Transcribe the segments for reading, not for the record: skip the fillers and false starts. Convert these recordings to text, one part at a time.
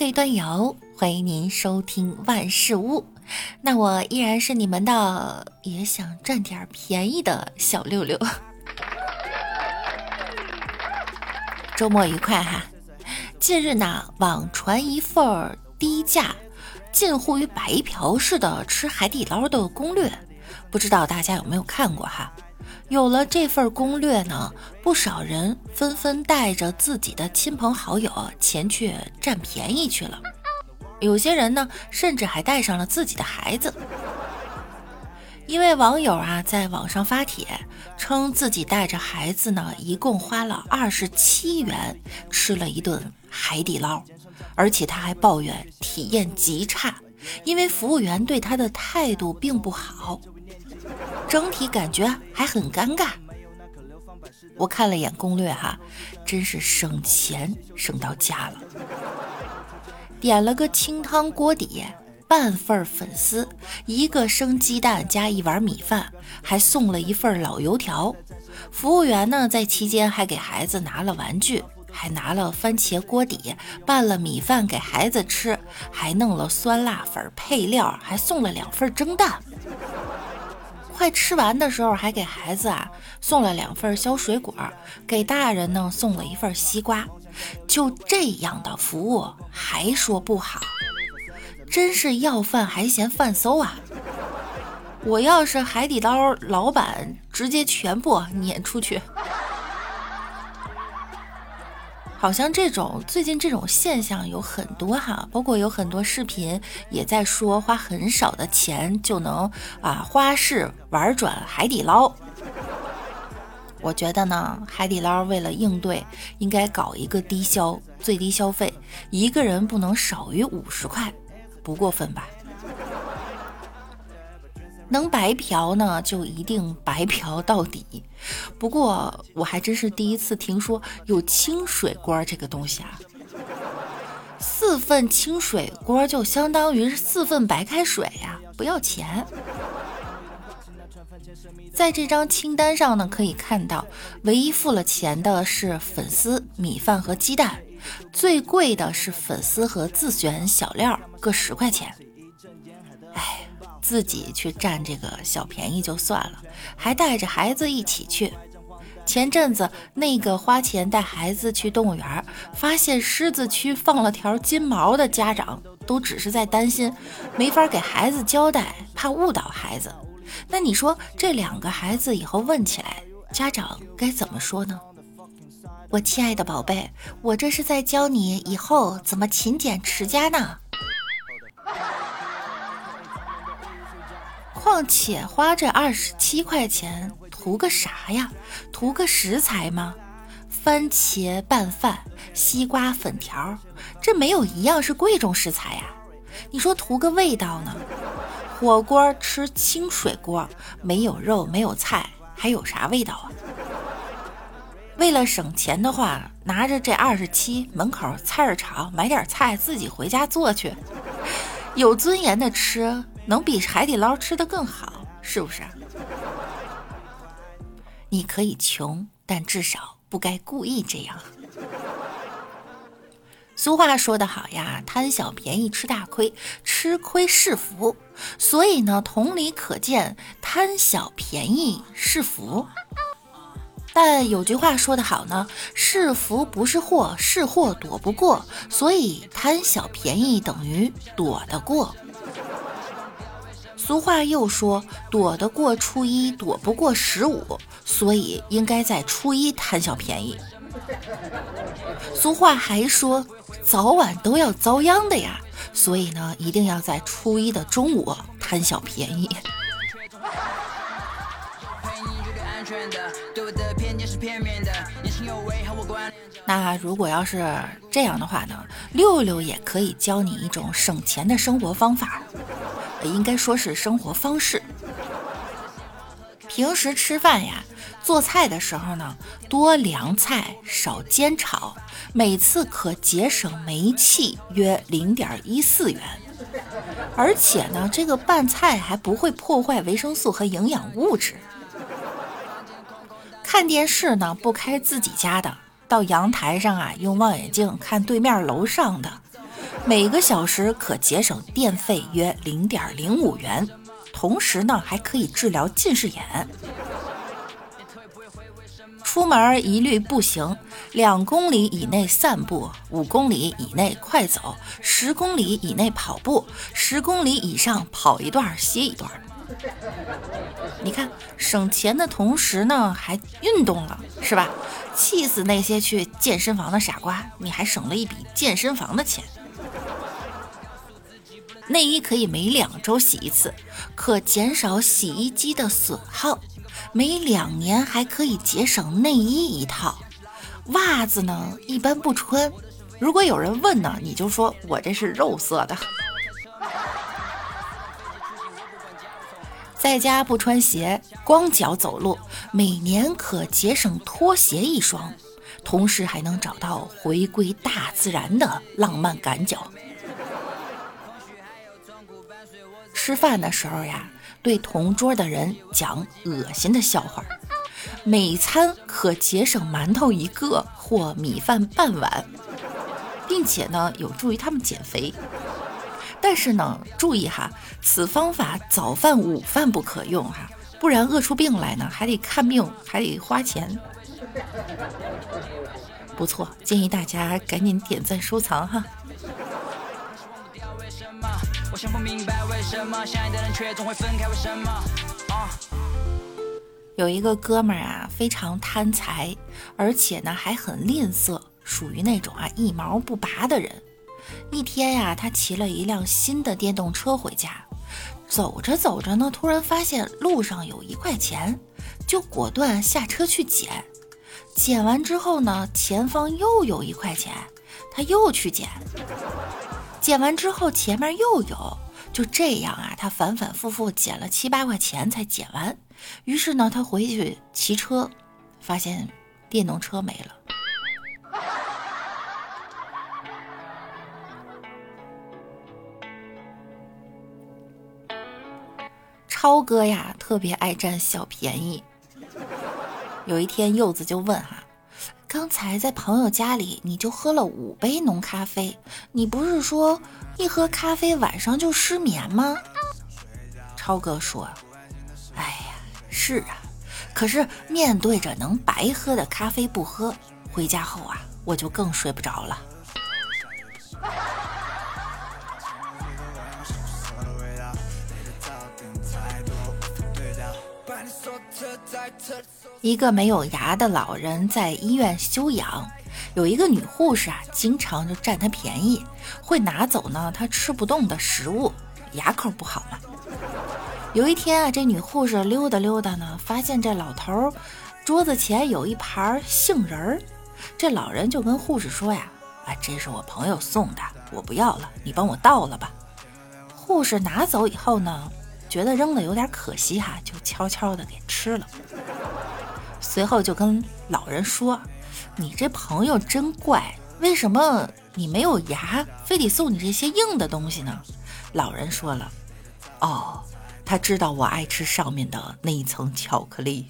配端游，欢迎您收听万事屋。那我依然是你们的也想占点便宜的小六六。周末愉快哈！近日呢，网传一份低价近乎于白嫖式的吃海底捞的攻略，不知道大家有没有看过哈？有了这份攻略呢，不少人纷纷带着自己的亲朋好友前去占便宜去了。有些人呢，甚至还带上了自己的孩子。一位网友在网上发帖称自己带着孩子呢，一共花了27元吃了一顿海底捞，而且他还抱怨体验极差，因为服务员对他的态度并不好，整体感觉还很尴尬。我看了眼攻略真是省钱省到家了。点了个清汤锅底，半份粉丝，一个生鸡蛋加一碗米饭，还送了一份老油条。服务员呢，在期间还给孩子拿了玩具，还拿了番茄锅底，拌了米饭给孩子吃，还弄了酸辣粉配料，还送了2份蒸蛋。快吃完的时候，还给孩子送了2份削水果，给大人呢送了一份西瓜。就这样的服务还说不好，真是要饭还嫌饭馊啊！我要是海底捞老板，直接全部撵出去。好像最近这种现象有很多包括有很多视频也在说花很少的钱就能花式玩转海底捞。我觉得呢，海底捞为了应对，应该搞一个最低消费，一个人不能少于50块，不过分吧？能白嫖呢，就一定白嫖到底。不过我还真是第一次听说有清水锅这个东西4份清水锅就相当于4份白开水不要钱。在这张清单上呢，可以看到唯一付了钱的是粉丝、米饭和鸡蛋，最贵的是粉丝和自选小料各10块钱。自己去占这个小便宜就算了，还带着孩子一起去。前阵子那个花钱带孩子去动物园，发现狮子区放了条金毛的家长都只是在担心没法给孩子交代，怕误导孩子。那你说这2个孩子以后问起来，家长该怎么说呢？我亲爱的宝贝，我这是在教你以后怎么勤俭持家呢。况且花这27块钱图个啥呀？图个食材吗？番茄拌饭，西瓜粉条，这没有一样是贵重食材你说图个味道呢？火锅吃清水锅，没有肉没有菜，还有啥味道为了省钱的话，拿着这27门口菜市场买点菜自己回家做去。有尊严的吃能比海底捞吃得更好，是不是？你可以穷，但至少不该故意这样。俗话说得好呀，贪小便宜吃大亏，吃亏是福。所以呢，同理可见，贪小便宜是福。但有句话说得好呢，是福不是祸，是祸躲不过，所以贪小便宜等于躲得过。俗话又说，躲得过初一，躲不过15，所以应该在初一贪小便宜。俗话还说，早晚都要遭殃的呀，所以呢，一定要在初一的中午贪小便宜。那如果要是这样的话呢，六六也可以教你一种省钱的生活方法，应该说是生活方式。平时吃饭做菜的时候呢，多凉菜少煎炒，每次可节省煤气约0.14元。而且呢，这个拌菜还不会破坏维生素和营养物质。看电视呢，不开自己家的，到阳台上用望远镜看对面楼上的。 每个小时可节省电费约0.05元，同时呢还可以治疗近视眼。出门一律步行，2公里以内散步，5公里以内快走，10公里以内跑步，10公里以上跑一段歇一段。你看，省钱的同时呢还运动了，是吧？气死那些去健身房的傻瓜，你还省了一笔健身房的钱。内衣可以每2周洗一次，可减少洗衣机的损耗，每2年还可以节省内衣1套。袜子呢一般不穿，如果有人问呢，你就说我这是肉色的。在家不穿鞋，光脚走路，每年可节省拖鞋1双，同时还能找到回归大自然的浪漫感脚。吃饭的时候呀，对同桌的人讲恶心的笑话，每餐可节省馒头1个或米饭半碗，并且呢有助于他们减肥。但是呢注意哈，此方法早饭午饭不可用哈，不然饿出病来呢还得看病，还得花钱。不错，建议大家赶紧点赞收藏哈。我想不明白为什么相爱的人却总会分开，为什么有一个哥们儿啊，非常贪财，而且呢还很吝啬，属于那种一毛不拔的人。一天呀，他骑了一辆新的电动车回家，走着走着呢，突然发现路上有1块钱，就果断下车去捡。捡完之后呢，前方又有1块钱，他又去捡。捡完之后前面又有，就这样啊，他反反复复捡了7、8块钱才捡完。于是呢，他回去骑车，发现电动车没了。超哥呀，特别爱占小便宜。有一天，柚子就问刚才在朋友家里你就喝了5杯浓咖啡，你不是说一喝咖啡晚上就失眠吗？超哥说，哎呀，是啊，可是面对着能白喝的咖啡不喝，回家后我就更睡不着了。一个没有牙的老人在医院休养，有一个女护士经常就占他便宜，会拿走呢他吃不动的食物，牙口不好嘛。有一天这女护士溜达溜达呢，发现这老头桌子前有一盘杏仁儿，这老人就跟护士说这是我朋友送的，我不要了，你帮我倒了吧。护士拿走以后呢，觉得扔的有点可惜就悄悄的给吃了。随后就跟老人说，你这朋友真怪，为什么你没有牙，非得送你这些硬的东西呢？老人说了，他知道我爱吃上面的那一层巧克力。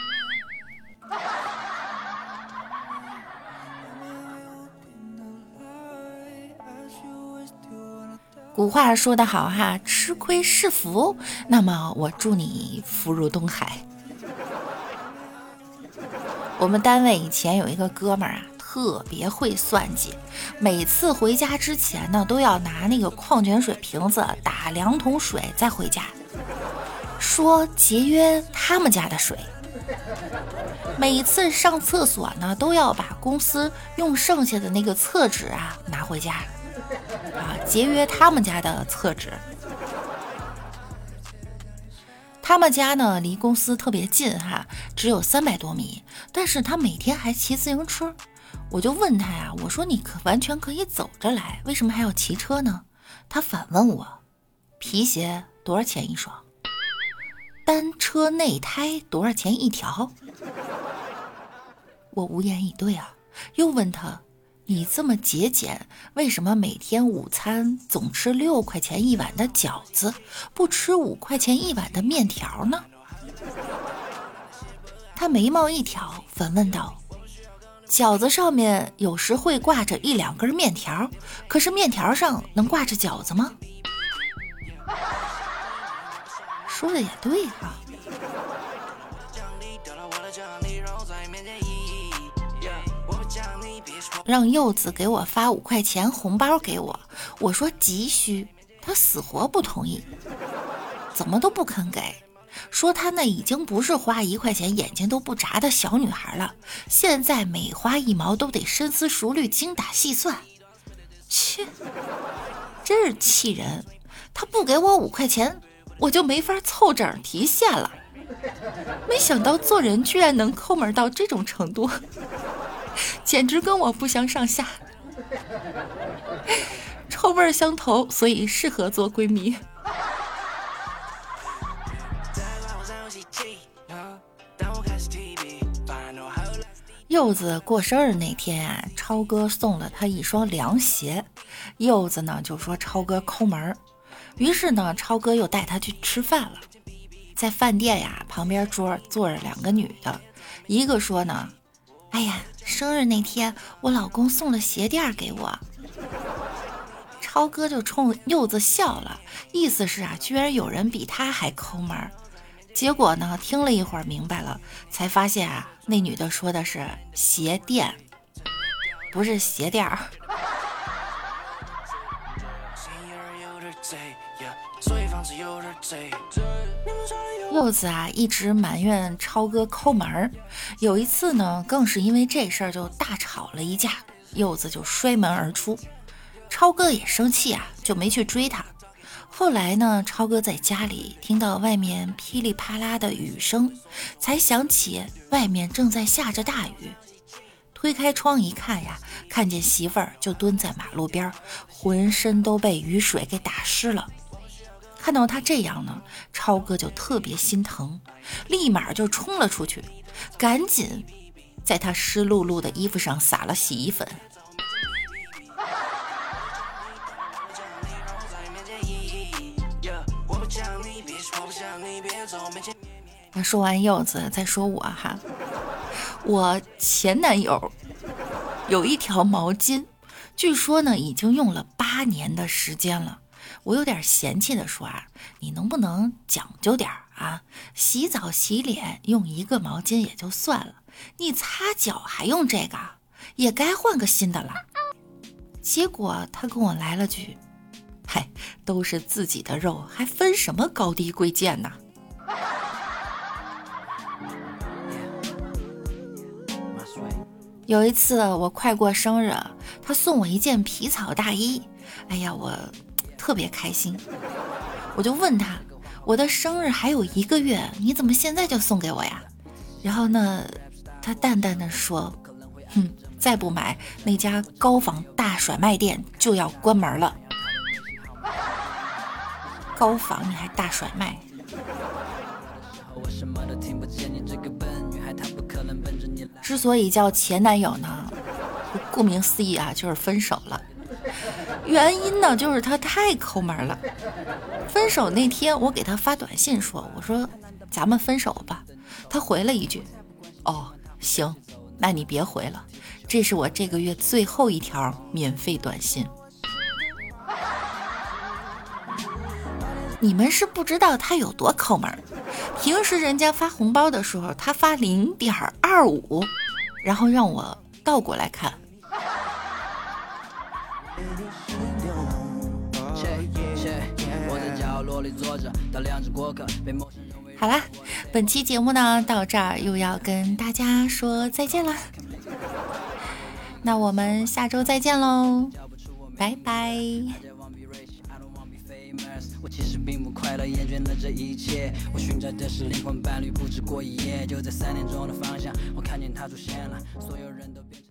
古话说得好吃亏是福，那么我祝你福如东海。我们单位以前有一个哥们儿特别会算计，每次回家之前呢，都要拿那个矿泉水瓶子打2桶水再回家，说节约他们家的水。每次上厕所呢，都要把公司用剩下的那个厕纸拿回家，节约他们家的厕纸。他们家呢离公司特别近只有300多米，但是他每天还骑自行车。我就问他我说你完全可以走着来，为什么还要骑车呢？他反问我，皮鞋多少钱1双？单车内胎多少钱1条？我无言以对又问他，你这么节俭，为什么每天午餐总吃6块钱1碗的饺子，不吃5块钱1碗的面条呢？他眉毛一挑，反问道， 饺子上面有时会挂着一两根面条，可是面条上能挂着饺子吗？说的也对啊。让柚子给我发5块钱红包给我，我说急需，他死活不同意，怎么都不肯给，说他那已经不是花1块钱眼睛都不眨的小女孩了，现在每花1毛都得深思熟虑精打细算。切，真是气人，他不给我5块钱我就没法凑整提现了。没想到做人居然能抠门到这种程度，简直跟我不相上下。臭味相投，所以适合做闺蜜。柚子过生日那天啊，超哥送了他一双凉鞋，柚子呢就说超哥抠门，于是呢超哥又带他去吃饭了。在饭店呀，旁边桌坐着2个女的，一个说呢，哎呀，生日那天我老公送了鞋垫给我。超哥就冲柚子笑了，意思是啊，居然有人比他还抠门。结果呢，听了一会儿明白了，才发现啊，那女的说的是鞋垫，不是鞋垫儿。柚子啊一直埋怨超哥抠门，有一次呢更是因为这事儿就大吵了一架，柚子就摔门而出，超哥也生气啊，就没去追他。后来呢，超哥在家里听到外面噼里啪啦的雨声，才想起外面正在下着大雨。推开窗一看呀，看见媳妇儿就蹲在马路边，浑身都被雨水给打湿了。看到他这样呢，超哥就特别心疼，立马就冲了出去，赶紧在他湿漉漉的衣服上撒了洗衣粉。那说完柚子再说我哈，我前男友有一条毛巾，据说呢已经用了8年的时间了。我有点嫌弃的说啊，你能不能讲究点啊？洗澡洗脸用1个毛巾也就算了，你擦脚还用这个，也该换个新的了。结果他跟我来了句，嗨，都是自己的肉，还分什么高低贵贱呢？有一次我快过生日，他送我一件皮草大衣，哎呀，我特别开心。我就问他，我的生日还有1个月，你怎么现在就送给我呀？然后呢，他淡淡的说，再不买那家高仿大甩卖店就要关门了。高仿你还大甩卖？之所以叫前男友呢，顾名思义啊，就是分手了。原因呢，就是他太抠门了。分手那天，我给他发短信说，我说咱们分手吧。他回了一句，哦，行，那你别回了，这是我这个月最后一条免费短信。你们是不知道他有多抠门，平时人家发红包的时候，他发0.25，然后让我倒过来看。好啦，本期节目呢到这儿又要跟大家说再见了，那我们下周再见喽，拜拜。我其实并不快乐，厌倦了这一切。我寻找的是灵魂伴侣，不止过一夜。就在3点钟的方向，我看见他出现了，所有人都变成